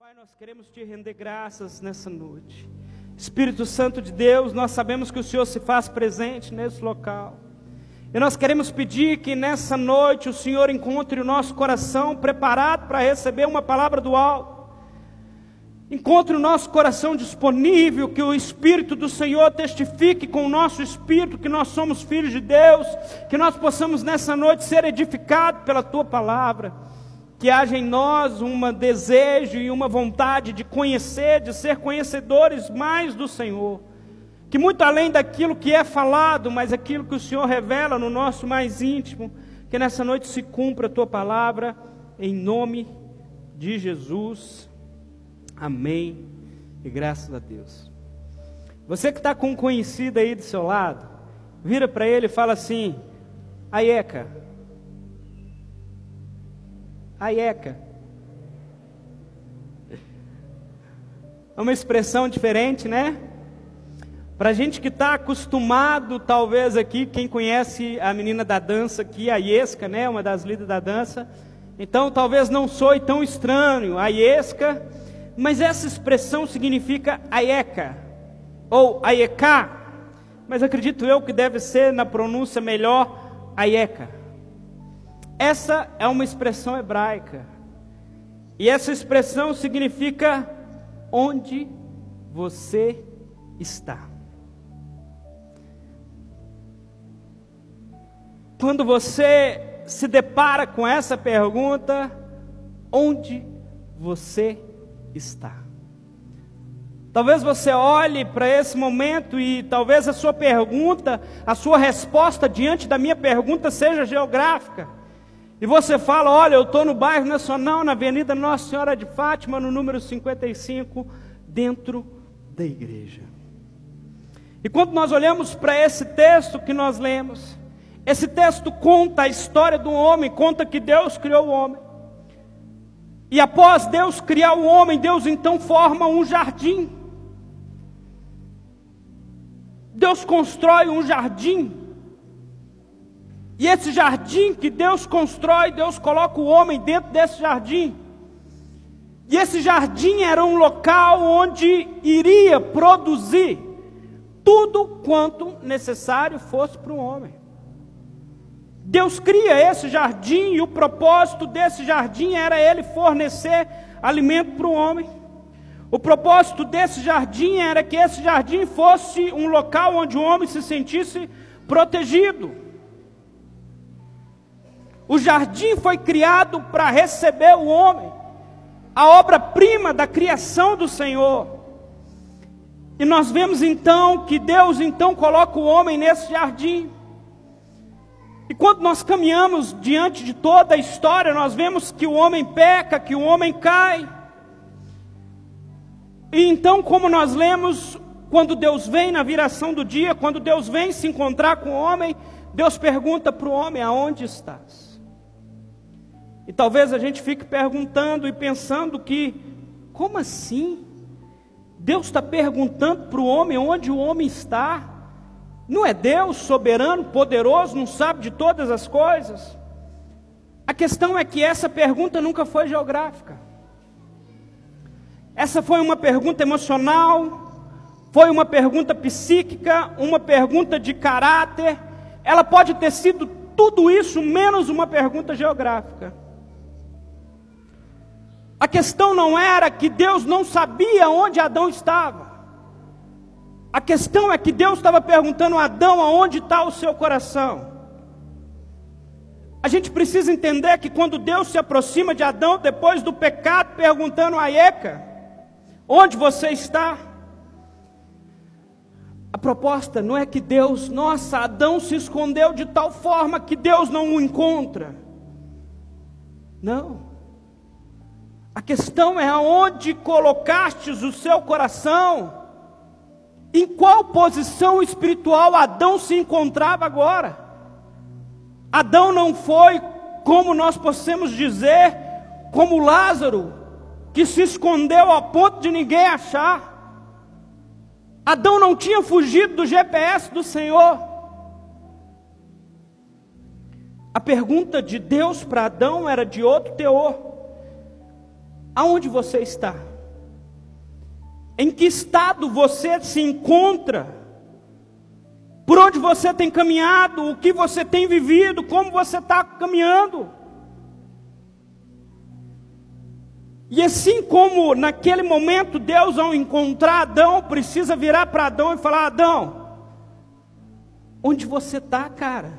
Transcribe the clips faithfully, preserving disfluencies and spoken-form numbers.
Pai, nós queremos te render graças nessa noite. Espírito Santo de Deus, nós sabemos que o Senhor se faz presente nesse local. E nós queremos pedir que nessa noite o Senhor encontre o nosso coração preparado para receber uma palavra do alto. Encontre o nosso coração disponível, que o Espírito do Senhor testifique com o nosso espírito que nós somos filhos de Deus, que nós possamos nessa noite ser edificados pela Tua palavra. Que haja em nós um desejo e uma vontade de conhecer, de ser conhecedores mais do Senhor. Que muito além daquilo que é falado, mas aquilo que o Senhor revela no nosso mais íntimo, que nessa noite se cumpra a Tua palavra, em nome de Jesus. Amém. E graças a Deus. Você que está com um conhecido aí do seu lado, vira para ele e fala assim: Aieca. Aieca. É uma expressão diferente, né? Para a gente que está acostumado, talvez aqui, quem conhece a menina da dança aqui, a Iesca, né? Uma das líderes da dança. Então talvez não soe tão estranho, a Iesca. Mas essa expressão significa aieca, ou aieká. Mas acredito eu que deve ser na pronúncia melhor, aieca. Essa é uma expressão hebraica. E essa expressão significa onde você está. Quando você se depara com essa pergunta, onde você está? Talvez você olhe para esse momento e talvez a sua pergunta, a sua resposta diante da minha pergunta seja geográfica. E você fala: olha, eu estou no bairro Nacional, na Avenida Nossa Senhora de Fátima, no número cinquenta e cinco, dentro da igreja. E quando nós olhamos para esse texto que nós lemos, esse texto conta a história do homem, conta que Deus criou o homem. E após Deus criar o homem, Deus então forma um jardim. Deus constrói um jardim. E esse jardim que Deus constrói, Deus coloca o homem dentro desse jardim. E esse jardim era um local onde iria produzir tudo quanto necessário fosse para o homem. Deus cria esse jardim e o propósito desse jardim era ele fornecer alimento para o homem. O propósito desse jardim era que esse jardim fosse um local onde o homem se sentisse protegido. O jardim foi criado para receber o homem, a obra-prima da criação do Senhor. E nós vemos então que Deus então coloca o homem nesse jardim. E quando nós caminhamos diante de toda a história, nós vemos que o homem peca, que o homem cai. E então, como nós lemos, quando Deus vem na viração do dia, quando Deus vem se encontrar com o homem, Deus pergunta para o homem: aonde estás? E talvez a gente fique perguntando e pensando que, como assim? Deus está perguntando para o homem onde o homem está? Não é Deus soberano, poderoso, não sabe de todas as coisas? A questão é que essa pergunta nunca foi geográfica. Essa foi uma pergunta emocional, foi uma pergunta psíquica, uma pergunta de caráter. Ela pode ter sido tudo isso menos uma pergunta geográfica. A questão não era que Deus não sabia onde Adão estava. A questão é que Deus estava perguntando a Adão: aonde está o seu coração? A gente precisa entender que quando Deus se aproxima de Adão depois do pecado, perguntando a Aieca: onde você está? A proposta não é que Deus, nossa, Adão se escondeu de tal forma que Deus não o encontra. Não. A questão é aonde colocastes o seu coração. Em qual posição espiritual Adão se encontrava agora? Adão não foi, como nós possamos dizer, como Lázaro, que se escondeu ao ponto de ninguém achar. Adão não tinha fugido do G P S do Senhor. A pergunta de Deus para Adão era de outro teor. Aonde você está? Em que estado você se encontra? Por onde você tem caminhado? O que você tem vivido? Como você está caminhando? E assim como naquele momento Deus, ao encontrar Adão, precisa virar para Adão e falar: Adão, onde você está, cara?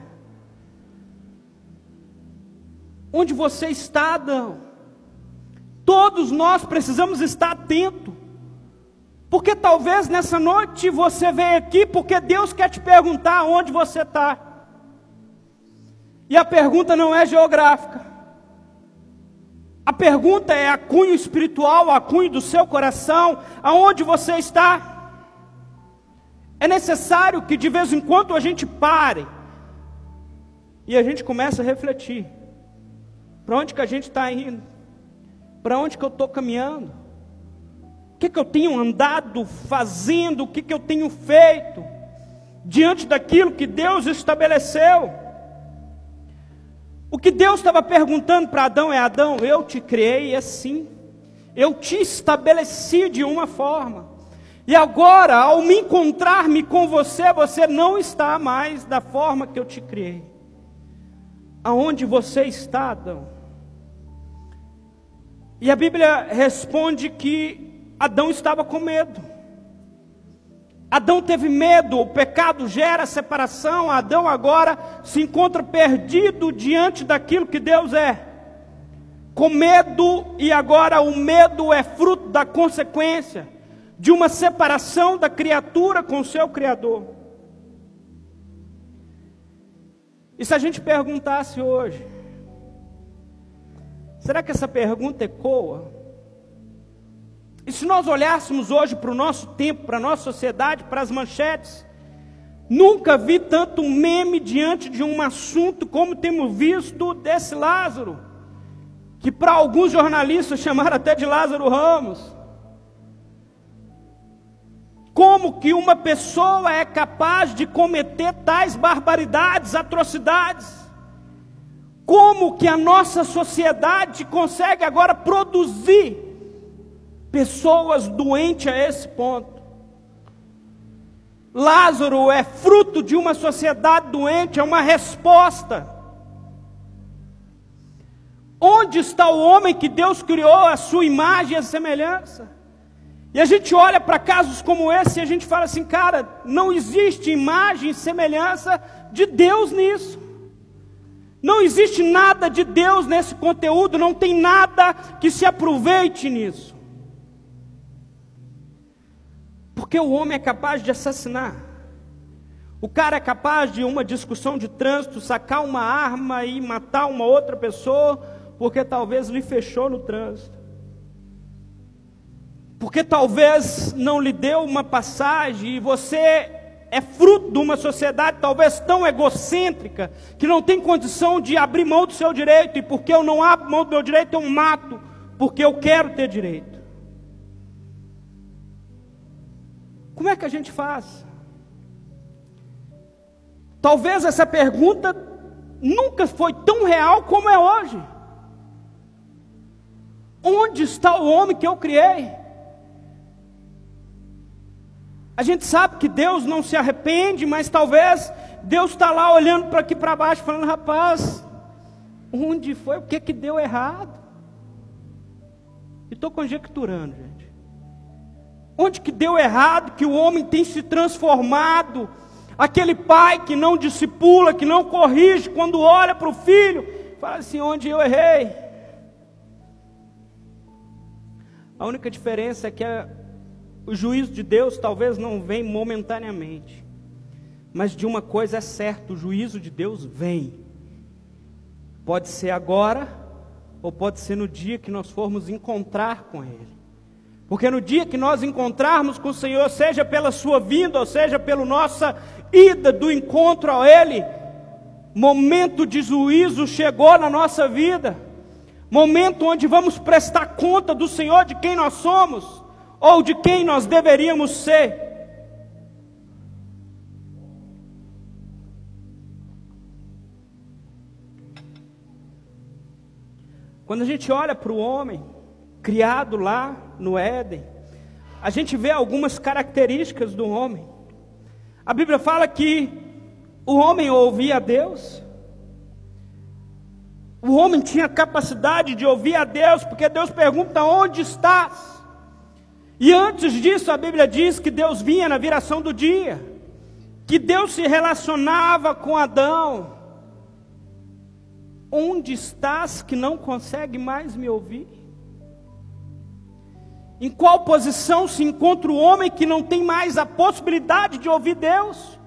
Onde você está, Adão? Todos nós precisamos estar atentos, porque talvez nessa noite você veio aqui porque Deus quer te perguntar onde você está. E a pergunta não é geográfica. A pergunta é a cunho espiritual, a cunho do seu coração, aonde você está. É necessário que de vez em quando a gente pare e a gente comece a refletir. Para onde que a gente está indo? Para onde que eu estou caminhando? O que que eu tenho andado fazendo? O que que eu tenho feito diante daquilo que Deus estabeleceu? O que Deus estava perguntando para Adão é: Adão, eu te criei assim, eu te estabeleci de uma forma, e agora, ao me encontrar-me com você, você não está mais da forma que eu te criei. Aonde você está, Adão? E a Bíblia responde que Adão estava com medo. Adão teve medo, o pecado gera separação. Adão agora se encontra perdido diante daquilo que Deus é, com medo, e agora o medo é fruto da consequência de uma separação da criatura com o seu Criador. E se a gente perguntasse hoje, será que essa pergunta ecoa? E se nós olhássemos hoje para o nosso tempo, para a nossa sociedade, para as manchetes, nunca vi tanto meme diante de um assunto como temos visto desse Lázaro, que para alguns jornalistas chamaram até de Lázaro Ramos. Como que uma pessoa é capaz de cometer tais barbaridades, atrocidades? Como que a nossa sociedade consegue agora produzir pessoas doentes a esse ponto? Lázaro é fruto de uma sociedade doente, é uma resposta. Onde está o homem que Deus criou à sua imagem e à semelhança? E a gente olha para casos como esse e a gente fala assim: cara, não existe imagem e semelhança de Deus nisso. Não existe nada de Deus nesse conteúdo, não tem nada que se aproveite nisso. Porque o homem é capaz de assassinar. O cara é capaz de uma discussão de trânsito, sacar uma arma e matar uma outra pessoa, porque talvez lhe fechou no trânsito. Porque talvez não lhe deu uma passagem, e você é fruto de uma sociedade talvez tão egocêntrica, que não tem condição de abrir mão do seu direito, e porque eu não abro mão do meu direito, eu mato, porque eu quero ter direito. Como é que a gente faz? Talvez essa pergunta nunca foi tão real como é hoje. Onde está o homem que eu criei? A gente sabe que Deus não se arrepende, mas talvez Deus está lá olhando para aqui para baixo, falando: rapaz, onde foi? O que que deu errado? E estou conjecturando, gente. Onde que deu errado, que o homem tem se transformado? Aquele pai que não discipula, que não corrige, quando olha para o filho, fala assim: onde eu errei? A única diferença é que a, o juízo de Deus talvez não vem momentaneamente, mas de uma coisa é certa: o juízo de Deus vem. Pode ser agora, ou pode ser no dia que nós formos encontrar com Ele. Porque no dia que nós encontrarmos com o Senhor, seja pela sua vinda, ou seja pela nossa ida do encontro a Ele, momento de juízo chegou na nossa vida. Momento onde vamos prestar conta do Senhor, de quem nós somos, ou de quem nós deveríamos ser. Quando a gente olha para o homem criado lá no Éden, a gente vê algumas características do homem. A Bíblia fala que o homem ouvia a Deus. O homem tinha capacidade de ouvir a Deus, porque Deus pergunta: onde estás? E antes disso a Bíblia diz que Deus vinha na viração do dia, que Deus se relacionava com Adão. Onde estás que não consegue mais me ouvir? Em qual posição se encontra o homem que não tem mais a possibilidade de ouvir Deus?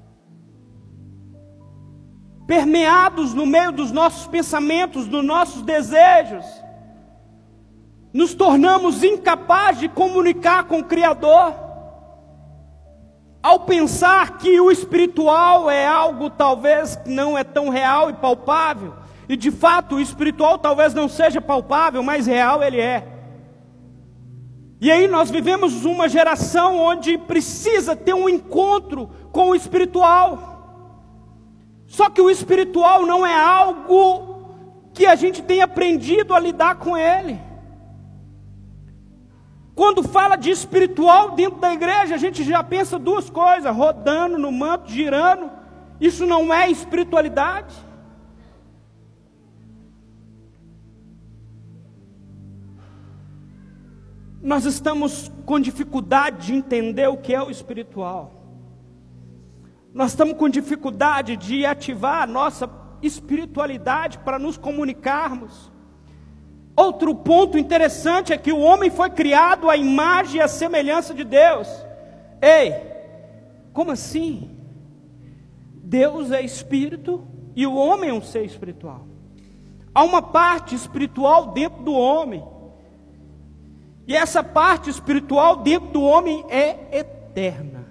Permeados no meio dos nossos pensamentos, dos nossos desejos, nos tornamos incapazes de comunicar com o Criador, ao pensar que o espiritual é algo talvez que não é tão real e palpável, e de fato o espiritual talvez não seja palpável, mas real ele é. E aí nós vivemos uma geração onde precisa ter um encontro com o espiritual. Só que o espiritual não é algo que a gente tem aprendido a lidar com ele. Quando fala de espiritual dentro da igreja, a gente já pensa duas coisas: rodando no manto, girando. Isso não é espiritualidade. Nós estamos com dificuldade de entender o que é o espiritual. Nós estamos com dificuldade de ativar a nossa espiritualidade para nos comunicarmos. Outro ponto interessante é que o homem foi criado à imagem e à semelhança de Deus. Ei, como assim? Deus é espírito e o homem é um ser espiritual. Há uma parte espiritual dentro do homem. E essa parte espiritual dentro do homem é eterna.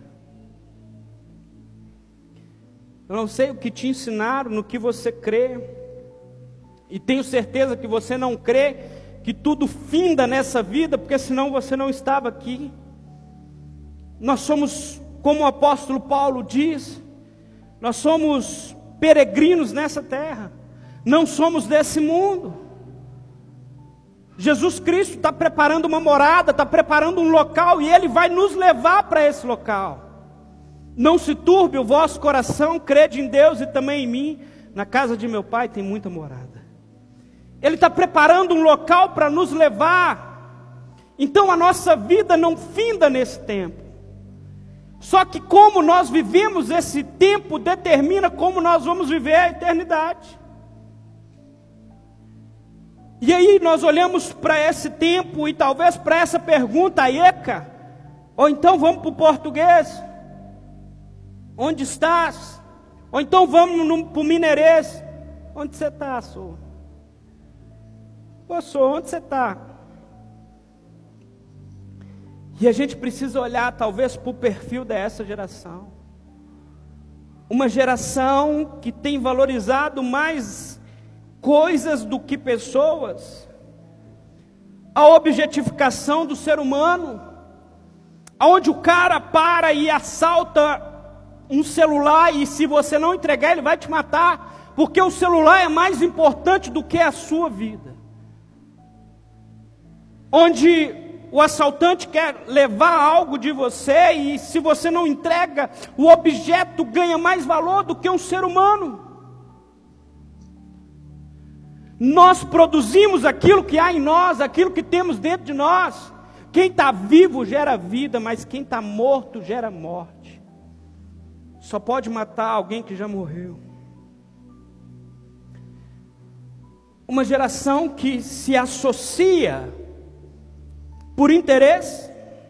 Eu não sei o que te ensinaram, no que você crê, e tenho certeza que você não crê que tudo finda nessa vida, porque senão você não estava aqui. Nós somos, como o apóstolo Paulo diz, nós somos peregrinos nessa terra, não somos desse mundo. Jesus Cristo está preparando uma morada, está preparando um local, e Ele vai nos levar para esse local. Não se turbe o vosso coração, crede em Deus e também em mim. Na casa de meu Pai tem muita morada. Ele está preparando um local para nos levar. Então a nossa vida não finda nesse tempo. Só que como nós vivemos esse tempo determina como nós vamos viver a eternidade. E aí nós olhamos para esse tempo e talvez para essa pergunta eca, ou então vamos para o português: onde estás? Ou então vamos para o mineirês: onde você está, sou? Pô, sou, onde você está? E a gente precisa olhar talvez para o perfil dessa geração. Uma geração que tem valorizado mais coisas do que pessoas. A objetificação do ser humano, onde o cara para e assalta um celular, e se você não entregar ele vai te matar, porque o celular é mais importante do que a sua vida. Onde o assaltante quer levar algo de você, e se você não entrega, o objeto ganha mais valor do que um ser humano. Nós produzimos aquilo que há em nós, aquilo que temos dentro de nós. Quem está vivo gera vida, mas quem está morto gera morte. Só pode matar alguém que já morreu. Uma geração que se associa por interesse,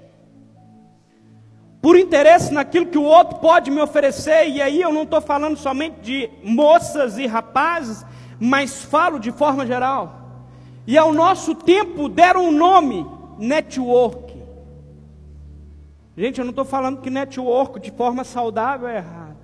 por interesse naquilo que o outro pode me oferecer. E aí eu não estou falando somente de moças e rapazes, mas falo de forma geral. E ao nosso tempo deram um nome: network. Gente, eu não estou falando que network de forma saudável é errado.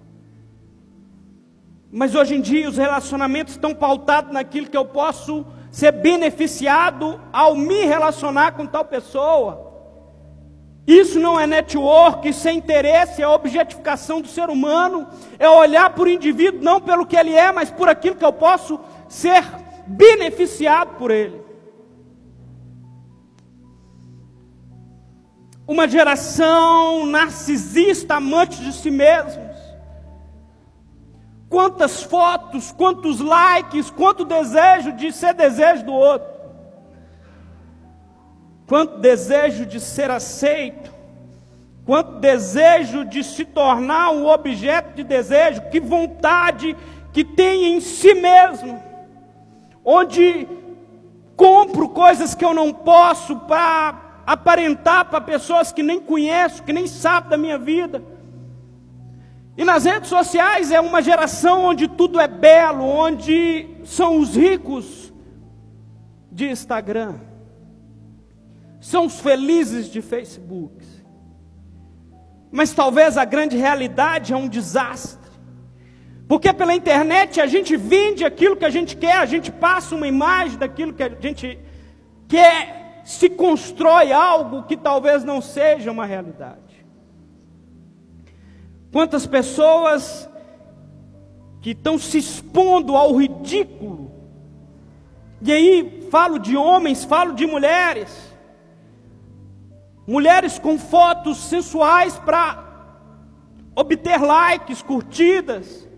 Mas hoje em dia os relacionamentos estão pautados naquilo que eu posso ser beneficiado ao me relacionar com tal pessoa. Isso não é network, isso é interesse, é objetificação do ser humano, é olhar para o indivíduo não pelo que ele é, mas por aquilo que eu posso ser beneficiado por ele. uma geração narcisista, amante de si mesmos. Quantas fotos, quantos likes, quanto desejo de ser desejo do outro. Quanto desejo de ser aceito. Quanto desejo de se tornar um objeto de desejo. Que vontade que tem em si mesmo. Onde compro coisas que eu não posso para aparentar para pessoas que nem conheço, que nem sabem da minha vida. E nas redes sociais é uma geração onde tudo é belo, onde são os ricos de Instagram, são os felizes de Facebook. Mas talvez a grande realidade é um desastre. Porque pela internet a gente vende aquilo que a gente quer, a gente passa uma imagem daquilo que a gente quer, se constrói algo que talvez não seja uma realidade. Quantas pessoas que estão se expondo ao ridículo, e aí falo de homens, falo de mulheres, mulheres com fotos sensuais para obter likes, curtidas.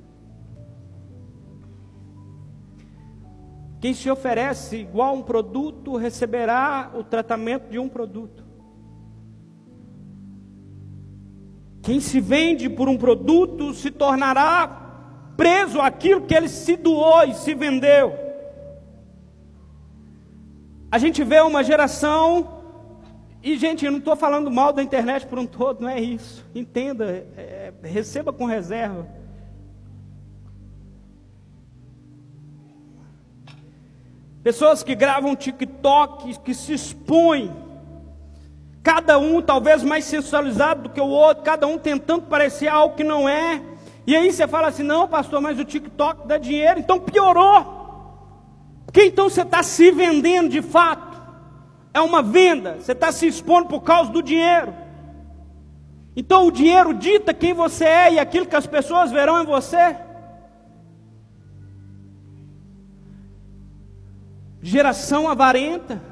Quem se oferece igual a um produto, receberá o tratamento de um produto. Quem se vende por um produto, se tornará preso àquilo que ele se doou e se vendeu. A gente vê uma geração, e gente, eu não estou falando mal da internet por um todo, não é isso. Entenda, é, receba com reserva. Pessoas que gravam TikTok, que se expõem, cada um talvez mais sensualizado do que o outro, cada um tentando parecer algo que não é. E aí você fala assim, não pastor, mas o TikTok dá dinheiro, então piorou. Porque então você está se vendendo de fato. É uma venda, você está se expondo por causa do dinheiro. Então o dinheiro dita quem você é e aquilo que as pessoas verão em você. Geração avarenta.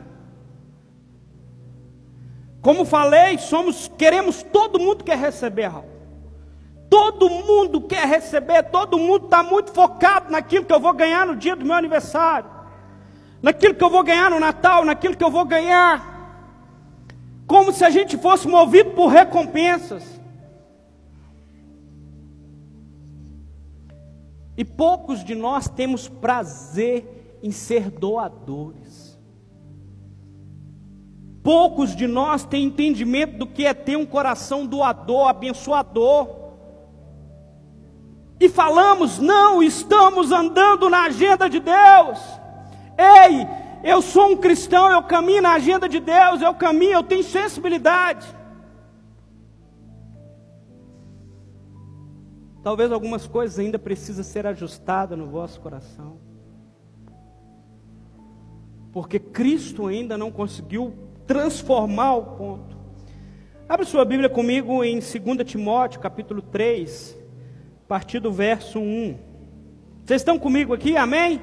Como falei, somos, queremos, todo mundo quer receber algo. Todo mundo quer receber, todo mundo está muito focado naquilo que eu vou ganhar no dia do meu aniversário. Naquilo que eu vou ganhar no Natal, naquilo que eu vou ganhar. Como se a gente fosse movido por recompensas. E poucos de nós temos prazer em ser doadores. Poucos de nós têm entendimento do que é ter um coração doador, abençoador. E falamos, não estamos andando na agenda de Deus. Ei, eu sou um cristão, eu caminho na agenda de Deus, eu caminho, eu tenho sensibilidade. Talvez algumas coisas ainda precisam ser ajustadas no vosso coração. Porque Cristo ainda não conseguiu transformar o ponto. Abre sua Bíblia comigo em dois Timóteo, capítulo três, a partir do verso um. Vocês estão comigo aqui? Amém?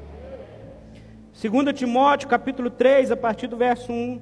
dois Timóteo, capítulo três, a partir do verso um.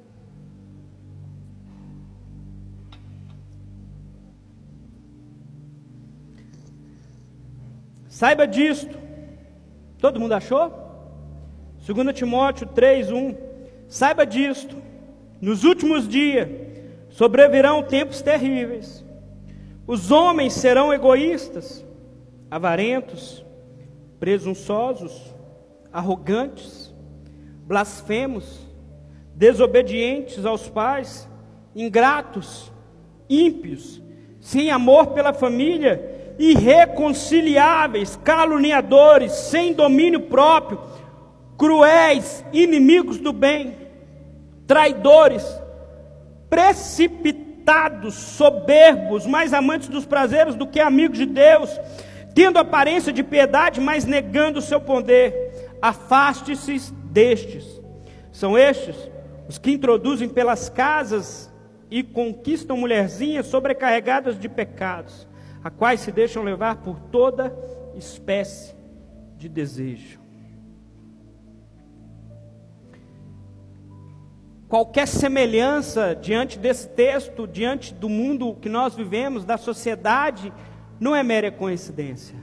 Saiba disto. Todo mundo achou? dois Timóteo três, um. Saiba disto, nos últimos dias sobrevirão tempos terríveis. Os homens serão egoístas, avarentos, presunçosos, arrogantes, blasfemos, desobedientes aos pais, ingratos, ímpios, sem amor pela família, irreconciliáveis, caluniadores, sem domínio próprio, cruéis, inimigos do bem, traidores, precipitados, soberbos, mais amantes dos prazeres do que amigos de Deus, tendo aparência de piedade, mas negando o seu poder. Afaste-se destes. São estes os que introduzem pelas casas e conquistam mulherzinhas sobrecarregadas de pecados, a quais se deixam levar por toda espécie de desejo. qualquer semelhança diante desse texto, diante do mundo que nós vivemos, da sociedade, não é mera coincidência.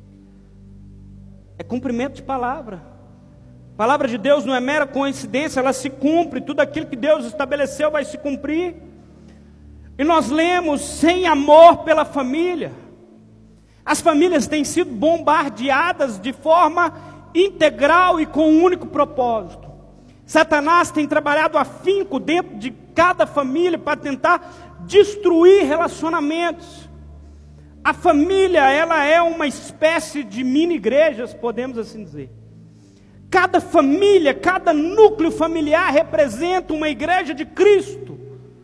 É cumprimento de palavra. A palavra de Deus não é mera coincidência, ela se cumpre. Tudo aquilo que Deus estabeleceu vai se cumprir. E nós lemos: sem amor pela família. As famílias têm sido bombardeadas de forma integral e com um único propósito. Satanás tem trabalhado afinco dentro de cada família para tentar destruir relacionamentos. A família, ela é uma espécie de mini-igrejas, podemos assim dizer. Cada família, cada núcleo familiar representa uma igreja de Cristo.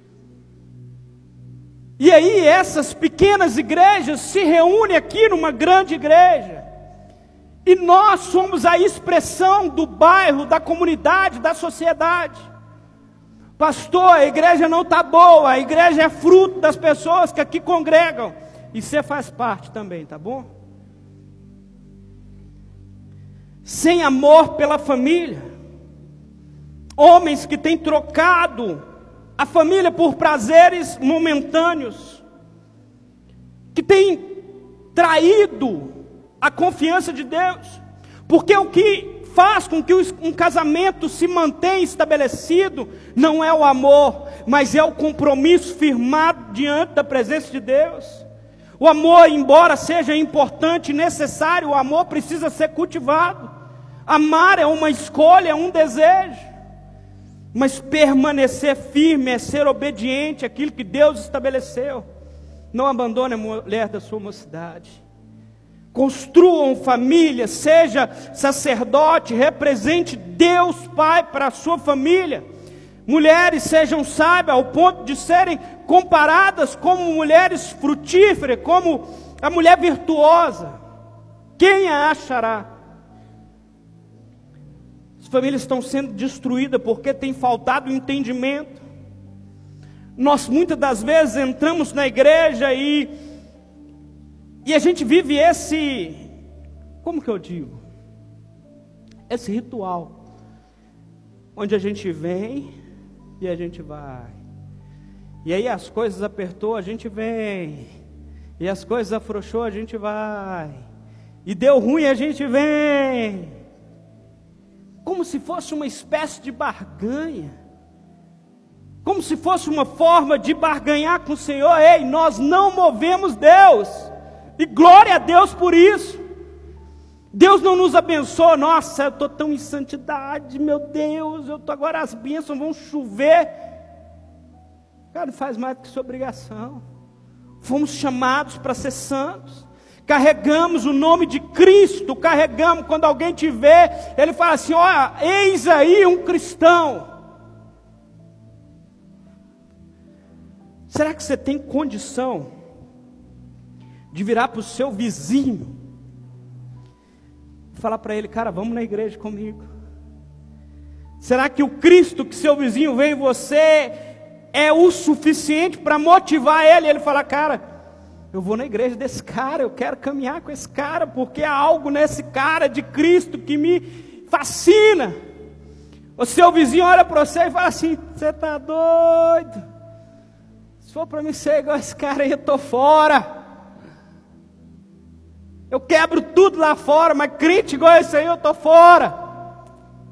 E aí essas pequenas igrejas se reúnem aqui numa grande igreja. E nós somos a expressão do bairro, da comunidade, da sociedade. Pastor, a igreja não está boa, a igreja é fruto das pessoas que aqui congregam. E você faz parte também, tá bom? Sem amor pela família. Homens que têm trocado a família por prazeres momentâneos. Que têm traído a confiança de Deus. Porque o que faz com que um casamento se mantenha estabelecido não é o amor, mas é o compromisso firmado diante da presença de Deus. O amor, embora seja importante e necessário, o amor precisa ser cultivado. Amar é uma escolha, é um desejo. Mas permanecer firme é ser obediente àquilo que Deus estabeleceu. Não abandone a mulher da sua mocidade. Construam família, seja sacerdote, represente Deus Pai para a sua família. Mulheres sejam sábias ao ponto de serem comparadas como mulheres frutíferas, como a mulher virtuosa. Quem a achará? As famílias estão sendo destruídas porque tem faltado entendimento. Nós muitas das vezes entramos na igreja e E a gente vive esse, como que eu digo? Esse ritual, onde a gente vem e a gente vai. E aí as coisas apertou, a gente vem. E as coisas afrouxou, a gente vai. E deu ruim, a gente vem. Como se fosse uma espécie de barganha. Como se fosse uma forma de barganhar com o Senhor. Ei, nós não movemos Deus. E glória a Deus por isso. Deus não nos abençoa. Nossa, eu estou tão em santidade, meu Deus, eu tô, agora as bênçãos vão chover. Cara, não faz mais do que sua obrigação. Fomos chamados para ser santos. Carregamos o nome de Cristo. Carregamos, quando alguém te vê, ele fala assim: olha, eis aí um cristão. Será que você tem condição de virar para o seu vizinho e falar para ele: cara, vamos na igreja comigo? Será que o Cristo que seu vizinho vê em você é o suficiente para motivar ele? Ele fala: cara, eu vou na igreja desse cara, eu quero caminhar com esse cara, porque há algo nesse cara de Cristo que me fascina. O seu vizinho olha para você e fala assim: você está doido? Se for para mim ser igual esse cara aí, eu estou fora. Eu quebro tudo lá fora, mas crente igual esse aí, eu estou fora.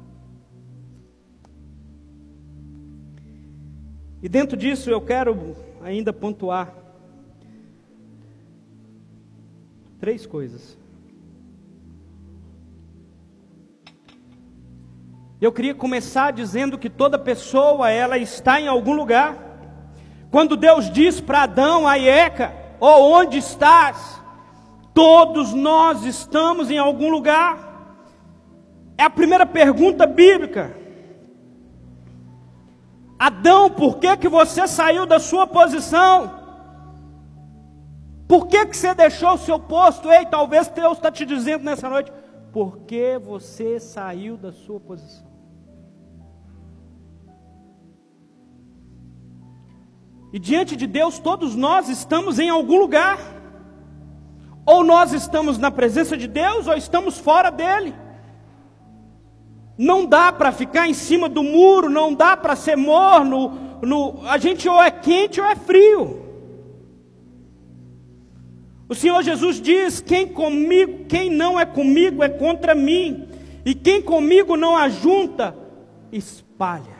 E dentro disso eu quero ainda pontuar três coisas. Eu queria começar dizendo que toda pessoa, ela está em algum lugar. Quando Deus diz para Adão: Aieca, ou onde estás? Todos nós estamos em algum lugar. É a primeira pergunta bíblica. Adão, por que que você saiu da sua posição? Por que que você deixou o seu posto? Ei, talvez Deus está te dizendo nessa noite: por que você saiu da sua posição? E diante de Deus, todos nós estamos em algum lugar. Ou nós estamos na presença de Deus, ou estamos fora dele. Não dá para ficar em cima do muro, não dá para ser morno. No, a gente ou é quente ou é frio. O Senhor Jesus diz: quem comigo, quem não é comigo é contra mim, e quem comigo não ajunta, espalha.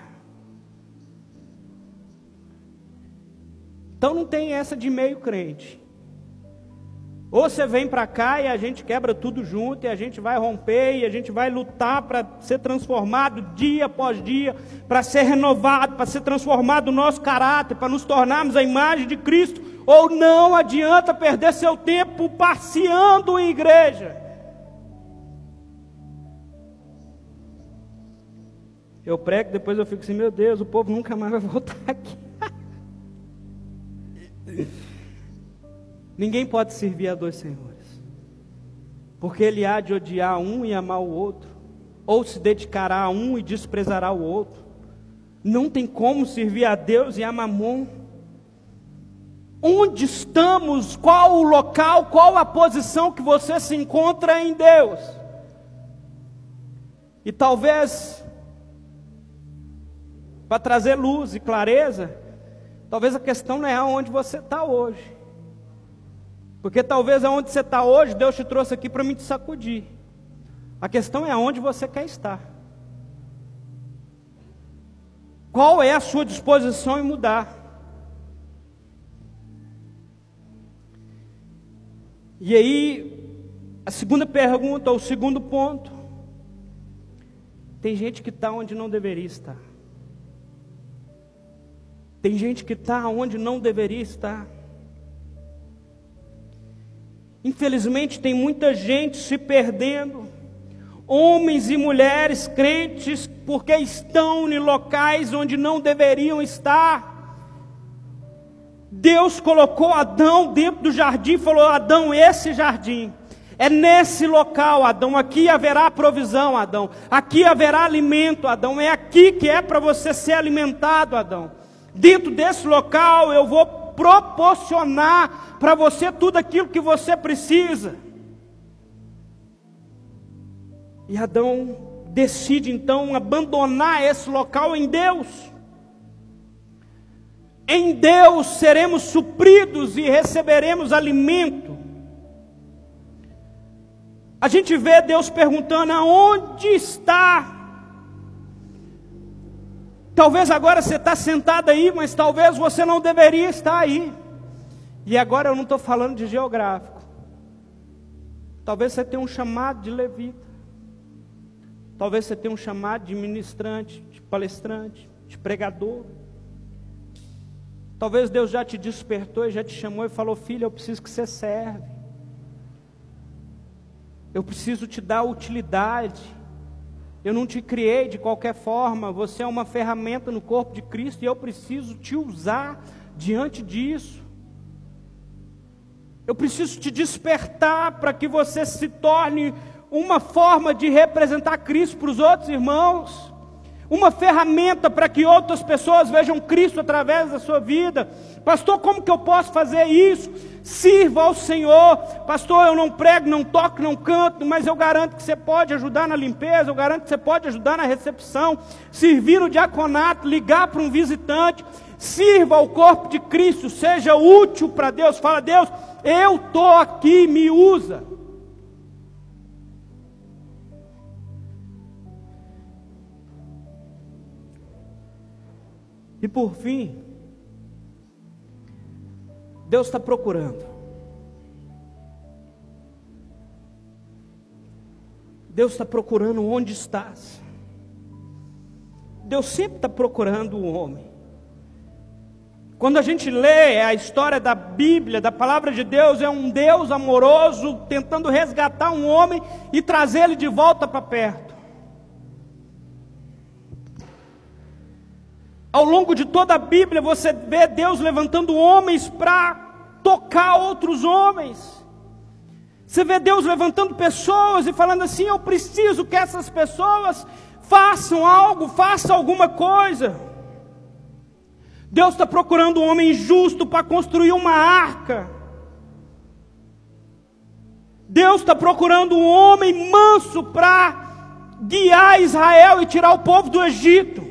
Então não tem essa de meio crente. Ou você vem para cá e a gente quebra tudo junto, e a gente vai romper, e a gente vai lutar para ser transformado dia após dia, para ser renovado, para ser transformado o nosso caráter, para nos tornarmos a imagem de Cristo. Ou não adianta perder seu tempo passeando em igreja. Eu prego, depois eu fico assim: meu Deus, o povo nunca mais vai voltar aqui. Ninguém pode servir a dois senhores, porque ele há de odiar um e amar o outro, ou se dedicará a um e desprezará o outro. Não tem como servir a Deus e a Mamon. Onde estamos? Qual o local? Qual a posição que você se encontra em Deus? E talvez, para trazer luz e clareza, talvez a questão não é aonde você está hoje. Porque talvez aonde você está hoje, Deus te trouxe aqui para me te sacudir. A questão é aonde você quer estar. Qual é a sua disposição em mudar? E aí, a segunda pergunta, ou o segundo ponto: tem gente que está onde não deveria estar. Tem gente que está onde não deveria estar. Infelizmente tem muita gente se perdendo, homens e mulheres crentes, porque estão em locais onde não deveriam estar. Deus colocou Adão dentro do jardim e falou: Adão, esse jardim é nesse local, Adão, aqui haverá provisão, Adão, aqui haverá alimento, Adão, é aqui que é para você ser alimentado, Adão. Dentro desse local eu vou proporcionar para você tudo aquilo que você precisa. E Adão decide então abandonar esse local em Deus. Em Deus seremos supridos e receberemos alimento. A gente vê Deus perguntando: aonde está? Talvez agora você está sentado aí, mas talvez você não deveria estar aí. E agora eu não estou falando de geográfico. Talvez você tenha um chamado de levita. Talvez você tenha um chamado de ministrante, de palestrante, de pregador. Talvez Deus já te despertou e já te chamou e falou: filho, eu preciso que você serve. Eu preciso te dar utilidade. Eu não te criei de qualquer forma, você é uma ferramenta no corpo de Cristo e eu preciso te usar diante disso. Eu preciso te despertar para que você se torne uma forma de representar Cristo para os outros irmãos. Uma ferramenta para que outras pessoas vejam Cristo através da sua vida. Pastor, como que eu posso fazer isso? Sirva ao Senhor. Pastor, eu não prego, não toco, não canto, mas eu garanto que você pode ajudar na limpeza, eu garanto que você pode ajudar na recepção, servir no diaconato, ligar para um visitante. Sirva ao corpo de Cristo, seja útil para Deus. Fala: Deus, eu estou aqui, me usa. E por fim, Deus está procurando. Deus está procurando onde estás. Deus sempre está procurando o homem. Quando a gente lê a história da Bíblia, da palavra de Deus, é um Deus amoroso tentando resgatar um homem e trazer ele de volta para perto. Ao longo de toda a Bíblia, você vê Deus levantando homens para tocar outros homens. Você vê Deus levantando pessoas e falando assim: eu preciso que essas pessoas façam algo, façam alguma coisa. Deus está procurando um homem justo para construir uma arca. Deus está procurando um homem manso para guiar Israel e tirar o povo do Egito.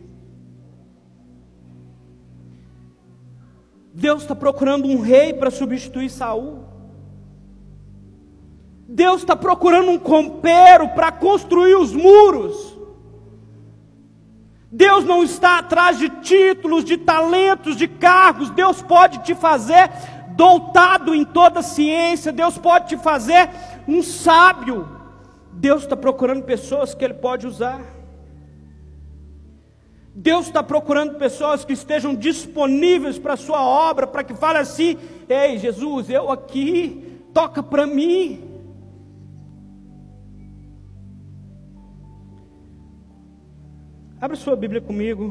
Deus está procurando um rei para substituir Saul. Deus está procurando um copeiro para construir os muros. Deus não está atrás de títulos, de talentos, de cargos. Deus pode te fazer doutado em toda a ciência. Deus pode te fazer um sábio. Deus está procurando pessoas que Ele pode usar. Deus está procurando pessoas que estejam disponíveis para a sua obra, para que fale assim: ei, Jesus, eu aqui, toca para mim. Abra sua Bíblia comigo,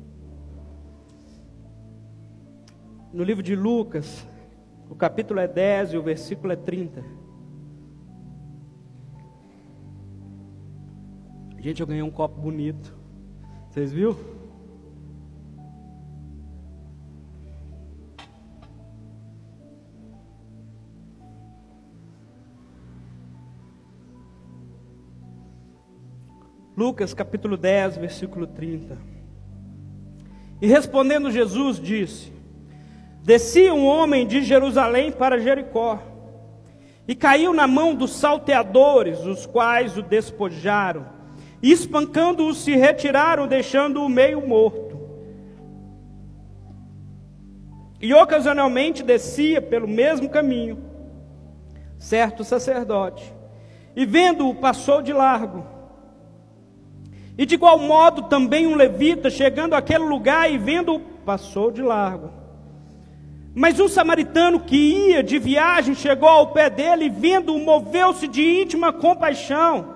no livro de Lucas, o capítulo é dez e o versículo é trinta. Gente, eu ganhei um copo bonito, vocês viram? Lucas capítulo dez, versículo trinta. E respondendo Jesus disse: descia um homem de Jerusalém para Jericó, e caiu na mão dos salteadores, os quais o despojaram, e espancando-o se retiraram, deixando-o meio morto. E ocasionalmente descia pelo mesmo caminho certo sacerdote, e vendo-o passou de largo. E de igual modo também um levita, chegando àquele lugar e vendo-o, passou de largo. Mas um samaritano que ia de viagem chegou ao pé dele e vendo-o, moveu-se de íntima compaixão.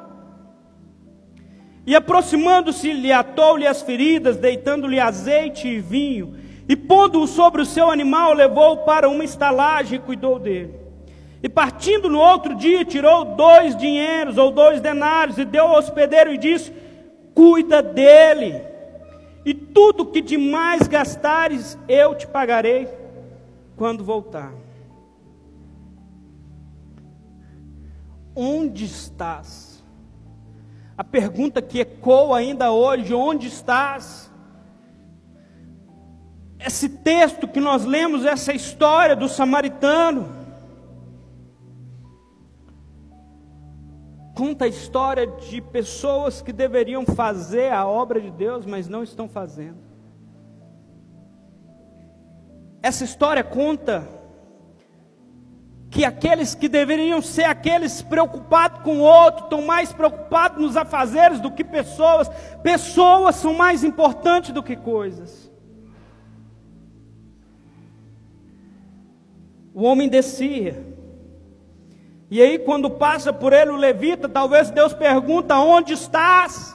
E aproximando-se, lhe atou-lhe as feridas, deitando-lhe azeite e vinho, e pondo-o sobre o seu animal, levou-o para uma estalagem e cuidou dele. E partindo no outro dia, tirou dois dinheiros ou dois denários, e deu ao hospedeiro e disse: cuida dele, e tudo que demais gastares, eu te pagarei quando voltar. Onde estás? A pergunta que ecoa ainda hoje: onde estás? Esse texto que nós lemos, essa história do samaritano, conta a história de pessoas que deveriam fazer a obra de Deus, mas não estão fazendo. Essa história conta que aqueles que deveriam ser aqueles preocupados com o outro, estão mais preocupados nos afazeres do que pessoas. Pessoas são mais importantes do que coisas. O homem descia. E aí quando passa por ele o levita, talvez Deus pergunta: onde estás?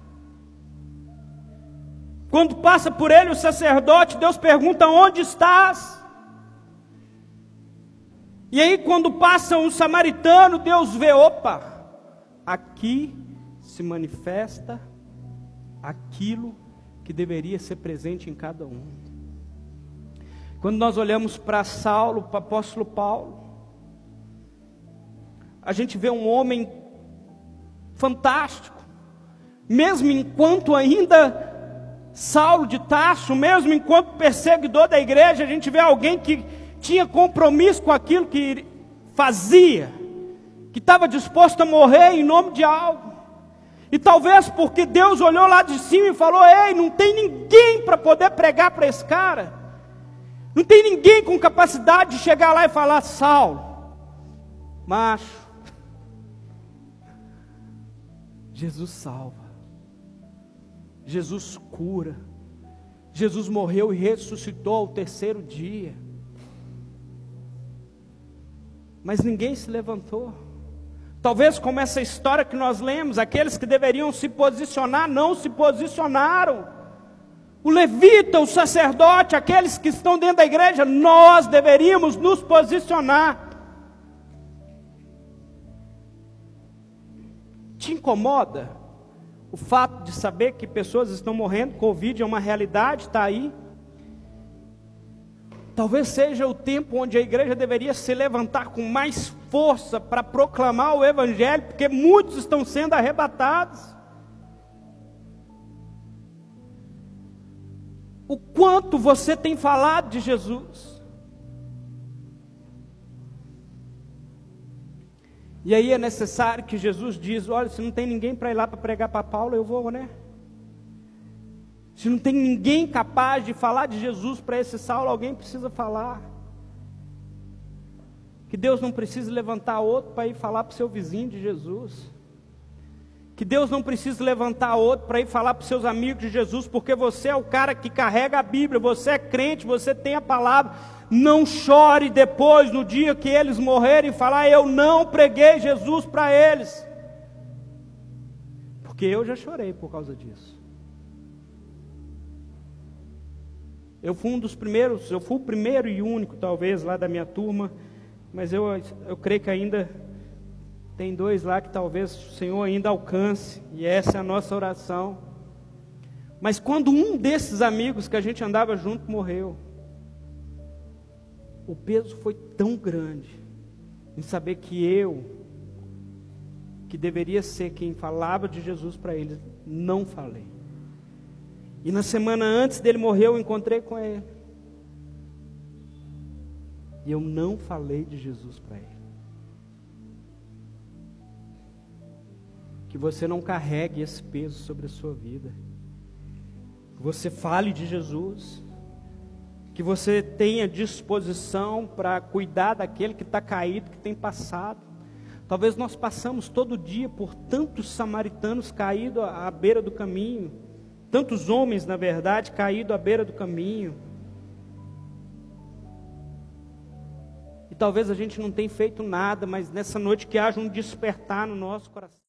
Quando passa por ele o sacerdote, Deus pergunta: onde estás? E aí quando passa um samaritano, Deus vê: opa, aqui se manifesta aquilo que deveria ser presente em cada um. Quando nós olhamos para Saulo, para o apóstolo Paulo, a gente vê um homem fantástico, mesmo enquanto ainda Saulo de Tarso, mesmo enquanto perseguidor da igreja, a gente vê alguém que tinha compromisso com aquilo que fazia, que estava disposto a morrer em nome de algo. E talvez porque Deus olhou lá de cima e falou: ei, não tem ninguém para poder pregar para esse cara, não tem ninguém com capacidade de chegar lá e falar: Saulo, macho, Jesus salva, Jesus cura, Jesus morreu e ressuscitou ao terceiro dia. Mas ninguém se levantou. Talvez como essa história que nós lemos, aqueles que deveriam se posicionar não se posicionaram. O levita, o sacerdote, aqueles que estão dentro da igreja, nós deveríamos nos posicionar. Te incomoda o fato de saber que pessoas estão morrendo? Covid é uma realidade, está aí. Talvez seja o tempo onde a igreja deveria se levantar com mais força para proclamar o Evangelho, porque muitos estão sendo arrebatados. O quanto você tem falado de Jesus? E aí é necessário que Jesus diz: olha, se não tem ninguém para ir lá para pregar para Paulo, eu vou, né? Se não tem ninguém capaz de falar de Jesus para esse Saulo, alguém precisa falar. Que Deus não precisa levantar outro para ir falar para o seu vizinho de Jesus. Que Deus não precisa levantar outro para ir falar para os seus amigos de Jesus, porque você é o cara que carrega a Bíblia, você é crente, você tem a palavra. Não chore depois, no dia que eles morrerem, e falar: eu não preguei Jesus para eles. Porque eu já chorei por causa disso. Eu fui um dos primeiros, eu fui o primeiro e único talvez lá da minha turma, mas eu, eu creio que ainda tem dois lá que talvez o Senhor ainda alcance, e essa é a nossa oração. Mas quando um desses amigos que a gente andava junto morreu, o peso foi tão grande, em saber que eu, que deveria ser quem falava de Jesus para eles, não falei. E na semana antes dele morrer, eu encontrei com ele, e eu não falei de Jesus para ele. Que você não carregue esse peso sobre a sua vida. Que você fale de Jesus. Que você tenha disposição para cuidar daquele que está caído, que tem passado. Talvez nós passamos todo dia por tantos samaritanos caídos à beira do caminho. Tantos homens, na verdade, caídos à beira do caminho. E talvez a gente não tenha feito nada, mas nessa noite que haja um despertar no nosso coração.